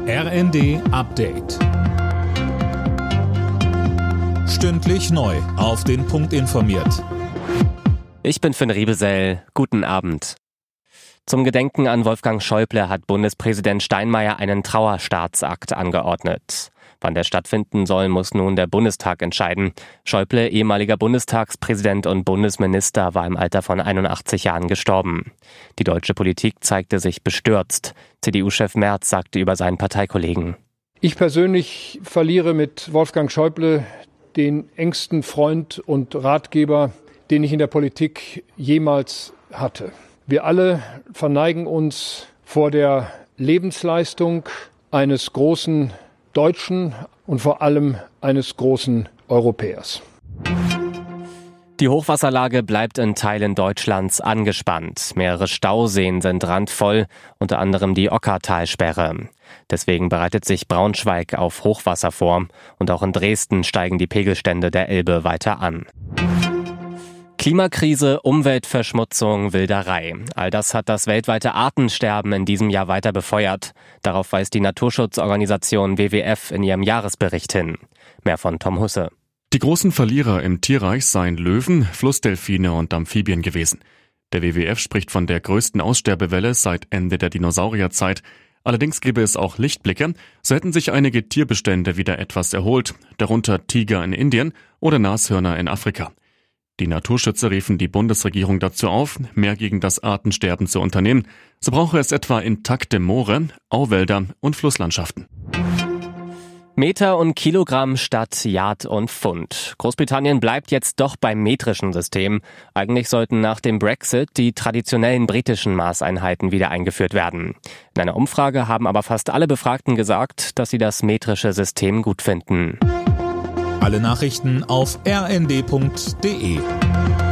RND Update. Stündlich neu auf den Punkt informiert. Ich bin Finn Riebesell. Guten Abend. Zum Gedenken an Wolfgang Schäuble hat Bundespräsident Steinmeier einen Trauerstaatsakt angeordnet. Wann der stattfinden soll, muss nun der Bundestag entscheiden. Schäuble, ehemaliger Bundestagspräsident und Bundesminister, war im Alter von 81 Jahren gestorben. Die deutsche Politik zeigte sich bestürzt. CDU-Chef Merz sagte über seinen Parteikollegen: Ich persönlich verliere mit Wolfgang Schäuble den engsten Freund und Ratgeber, den ich in der Politik jemals hatte. Wir alle verneigen uns vor der Lebensleistung eines großen Deutschen und vor allem eines großen Europäers. Die Hochwasserlage bleibt in Teilen Deutschlands angespannt. Mehrere Stauseen sind randvoll, unter anderem die Okertalsperre. Deswegen bereitet sich Braunschweig auf Hochwasser vor. Und auch in Dresden steigen die Pegelstände der Elbe weiter an. Klimakrise, Umweltverschmutzung, Wilderei. All das hat das weltweite Artensterben in diesem Jahr weiter befeuert. Darauf weist die Naturschutzorganisation WWF in ihrem Jahresbericht hin. Mehr von Tom Husse. Die großen Verlierer im Tierreich seien Löwen, Flussdelfine und Amphibien gewesen. Der WWF spricht von der größten Aussterbewelle seit Ende der Dinosaurierzeit. Allerdings gäbe es auch Lichtblicke. So hätten sich einige Tierbestände wieder etwas erholt, darunter Tiger in Indien oder Nashörner in Afrika. Die Naturschützer riefen die Bundesregierung dazu auf, mehr gegen das Artensterben zu unternehmen. So brauche es etwa intakte Moore, Auwälder und Flusslandschaften. Meter und Kilogramm statt Yard und Pfund. Großbritannien bleibt jetzt doch beim metrischen System. Eigentlich sollten nach dem Brexit die traditionellen britischen Maßeinheiten wieder eingeführt werden. In einer Umfrage haben aber fast alle Befragten gesagt, dass sie das metrische System gut finden. Alle Nachrichten auf rnd.de.